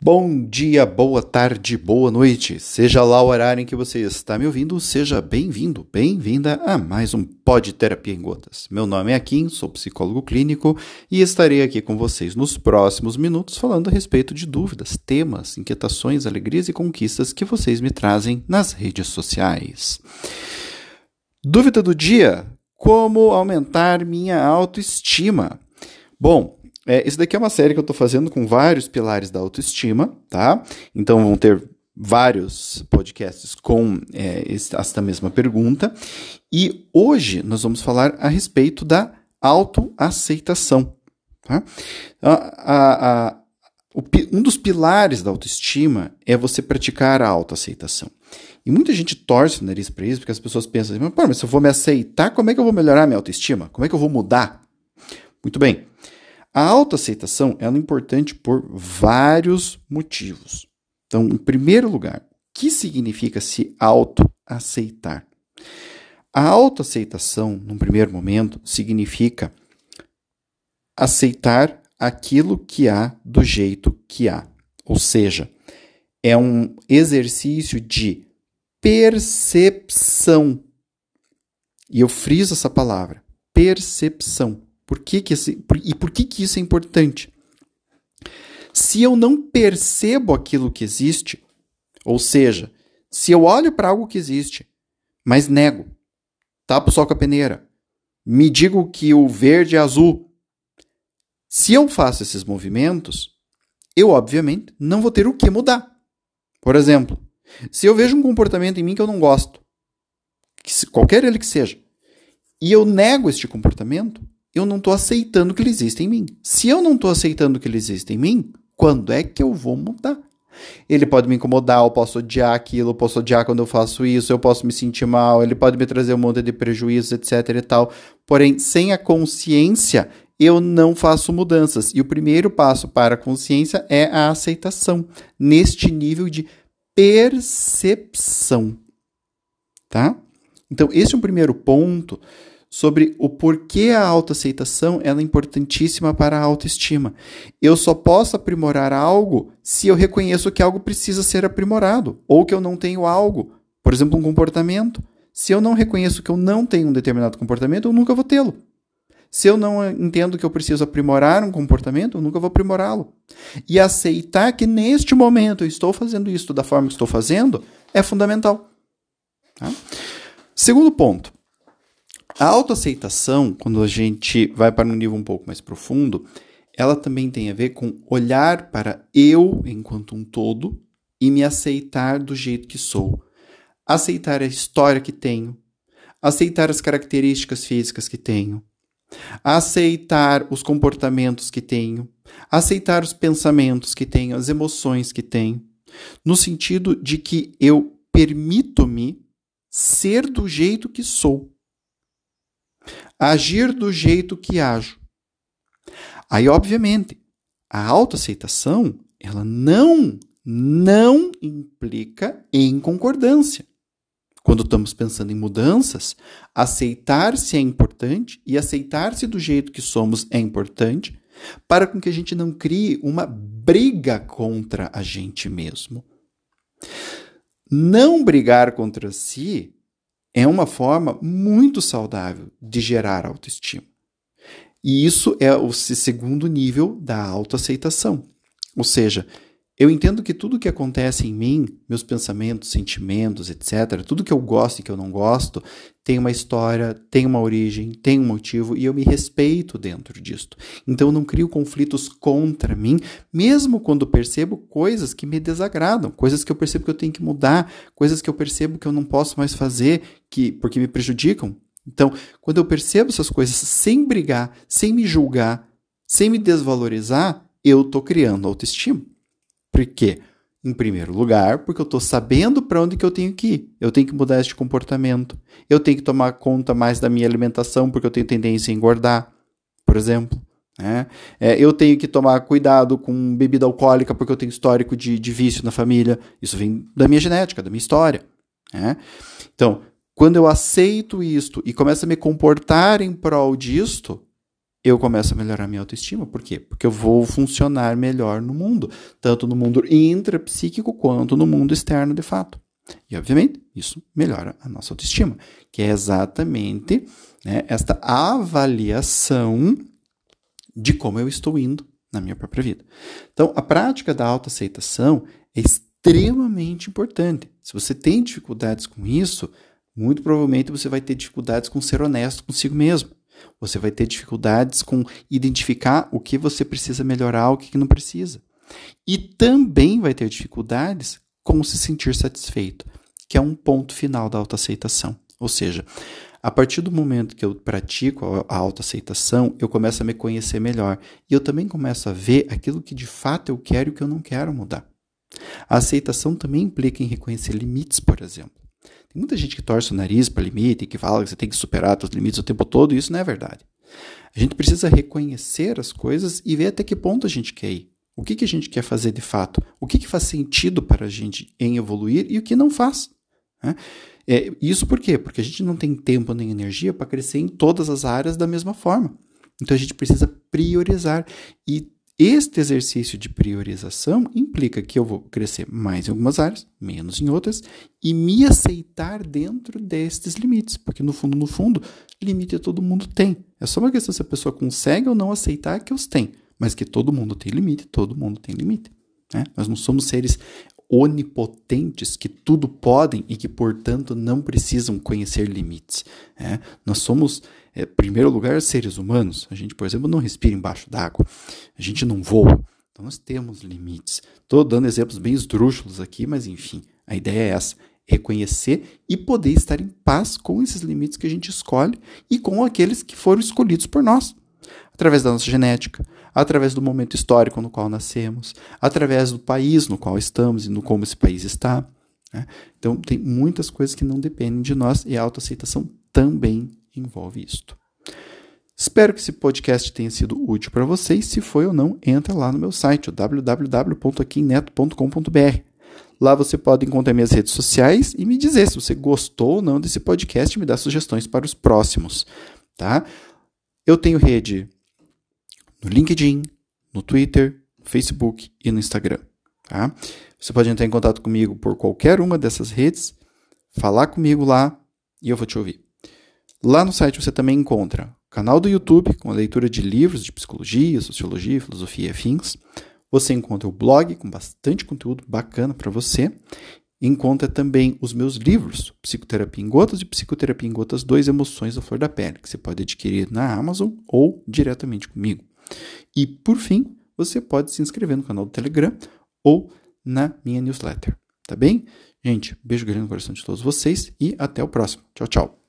Bom dia, boa tarde, boa noite. Seja lá o horário em que você está me ouvindo, seja bem-vindo, bem-vinda a mais um Pod Terapia em Gotas. Meu nome é Akin, sou psicólogo clínico e estarei aqui com vocês nos próximos minutos falando a respeito de dúvidas, temas, inquietações, alegrias e conquistas que vocês me trazem nas redes sociais. Dúvida do dia: como aumentar minha autoestima? Bom, isso daqui é uma série que eu estou fazendo com vários pilares da autoestima, tá? Então vão ter vários podcasts com esta mesma pergunta. E hoje nós vamos falar a respeito da autoaceitação, tá? Um dos pilares da autoestima é você praticar a autoaceitação. E muita gente torce o nariz para isso, porque as pessoas pensam assim, mas se eu vou me aceitar, como é que eu vou melhorar a minha autoestima? Como é que eu vou mudar? Muito bem. A autoaceitação ela é importante por vários motivos. Então, em primeiro lugar, o que significa se autoaceitar? A autoaceitação, num primeiro momento, significa aceitar aquilo que há do jeito que há. Ou seja, é um exercício de percepção. E eu friso essa palavra, percepção. Por que isso é importante? Se eu não percebo aquilo que existe, ou seja, se eu olho para algo que existe, mas nego, tapo o sol com a peneira, me digo que o verde é azul, se eu faço esses movimentos, eu obviamente não vou ter o que mudar. Por exemplo, se eu vejo um comportamento em mim que eu não gosto, qualquer ele que seja, e eu nego este comportamento, eu não estou aceitando que ele existe em mim. Se eu não estou aceitando que ele existe em mim, quando é que eu vou mudar? Ele pode me incomodar, eu posso odiar aquilo, eu posso odiar quando eu faço isso, eu posso me sentir mal, ele pode me trazer um monte de prejuízos, etc. e tal. Porém, sem a consciência, eu não faço mudanças. E o primeiro passo para a consciência é a aceitação, neste nível de percepção. Tá? Então, esse é um primeiro ponto sobre o porquê a autoaceitação ela é importantíssima para a autoestima. Eu só posso aprimorar algo se eu reconheço que algo precisa ser aprimorado, ou que eu não tenho algo, por exemplo, um comportamento. Se eu não reconheço que eu não tenho um determinado comportamento, eu nunca vou tê-lo. Se eu não entendo que eu preciso aprimorar um comportamento, eu nunca vou aprimorá-lo. E aceitar que neste momento eu estou fazendo isso da forma que estou fazendo é fundamental. Tá? Segundo ponto. A autoaceitação, quando a gente vai para um nível um pouco mais profundo, ela também tem a ver com olhar para eu enquanto um todo e me aceitar do jeito que sou. Aceitar a história que tenho, aceitar as características físicas que tenho, aceitar os comportamentos que tenho, aceitar os pensamentos que tenho, as emoções que tenho, no sentido de que eu permito-me ser do jeito que sou. Agir do jeito que ajo. Aí, obviamente, a autoaceitação, ela não implica em concordância. Quando estamos pensando em mudanças, aceitar-se é importante e aceitar-se do jeito que somos é importante para que a gente não crie uma briga contra a gente mesmo. Não brigar contra si é uma forma muito saudável de gerar autoestima. E isso é o segundo nível da autoaceitação. Ou seja, eu entendo que tudo que acontece em mim, meus pensamentos, sentimentos, etc., tudo que eu gosto e que eu não gosto, tem uma história, tem uma origem, tem um motivo e eu me respeito dentro disto. Então eu não crio conflitos contra mim, mesmo quando percebo coisas que me desagradam, coisas que eu percebo que eu tenho que mudar, coisas que eu percebo que eu não posso mais fazer porque me prejudicam. Então, quando eu percebo essas coisas sem brigar, sem me julgar, sem me desvalorizar, eu estou criando autoestima. Por quê? Em primeiro lugar, porque eu estou sabendo para onde que eu tenho que ir. Eu tenho que mudar este comportamento. Eu tenho que tomar conta mais da minha alimentação, porque eu tenho tendência a engordar, por exemplo. Eu tenho que tomar cuidado com bebida alcoólica, porque eu tenho histórico de vício na família. Isso vem da minha genética, da minha história. Então, quando eu aceito isto e começo a me comportar em prol disto, eu começo a melhorar minha autoestima. Por quê? Porque eu vou funcionar melhor no mundo, tanto no mundo intrapsíquico quanto no mundo externo de fato. E, obviamente, isso melhora a nossa autoestima, que é exatamente, né, esta avaliação de como eu estou indo na minha própria vida. Então, a prática da autoaceitação é extremamente importante. Se você tem dificuldades com isso, muito provavelmente você vai ter dificuldades com ser honesto consigo mesmo. Você vai ter dificuldades com identificar o que você precisa melhorar, o que não precisa. E também vai ter dificuldades com se sentir satisfeito, que é um ponto final da autoaceitação. Ou seja, a partir do momento que eu pratico a autoaceitação, eu começo a me conhecer melhor. E eu também começo a ver aquilo que de fato eu quero e o que eu não quero mudar. A aceitação também implica em reconhecer limites, por exemplo. Tem muita gente que torce o nariz para limite e que fala que você tem que superar os limites o tempo todo, e isso não é verdade. A gente precisa reconhecer as coisas e ver até que ponto a gente quer ir. O que a gente quer fazer de fato? O que faz sentido para a gente em evoluir e o que não faz? Isso por quê? Porque a gente não tem tempo nem energia para crescer em todas as áreas da mesma forma. Então a gente precisa priorizar. E este exercício de priorização implica que eu vou crescer mais em algumas áreas, menos em outras, e me aceitar dentro destes limites. Porque no fundo, limite todo mundo tem. É só uma questão se a pessoa consegue ou não aceitar que os tem. Mas que todo mundo tem limite, todo mundo tem limite. Né? Nós não somos seres onipotentes que tudo podem e que, portanto, não precisam conhecer limites. Nós somos, em primeiro lugar, seres humanos. A gente, por exemplo, não respira embaixo d'água. A gente não voa. Então, nós temos limites. Estou dando exemplos bem esdrúxulos aqui, mas, enfim, a ideia é essa. Reconhecer e poder estar em paz com esses limites que a gente escolhe e com aqueles que foram escolhidos por nós. Através da nossa genética, através do momento histórico no qual nascemos, através do país no qual estamos e no como esse país está. Então, tem muitas coisas que não dependem de nós e a autoaceitação também envolve isto. Espero que esse podcast tenha sido útil para vocês. Se foi ou não, entra lá no meu site, www.aquimneto.com.br. Lá você pode encontrar minhas redes sociais e me dizer se você gostou ou não desse podcast e me dar sugestões para os próximos. Tá? Eu tenho rede no LinkedIn, no Twitter, no Facebook e no Instagram. Tá? Você pode entrar em contato comigo por qualquer uma dessas redes, falar comigo lá e eu vou te ouvir. Lá no site você também encontra o canal do YouTube com a leitura de livros de psicologia, sociologia, filosofia e afins. Você encontra o blog com bastante conteúdo bacana para você. Encontra também os meus livros, Psicoterapia em Gotas e Psicoterapia em Gotas 2, Emoções à Flor da Pele, que você pode adquirir na Amazon ou diretamente comigo. E, por fim, você pode se inscrever no canal do Telegram ou na minha newsletter, tá bem? Gente, beijo grande no coração de todos vocês e até o próximo. Tchau, tchau.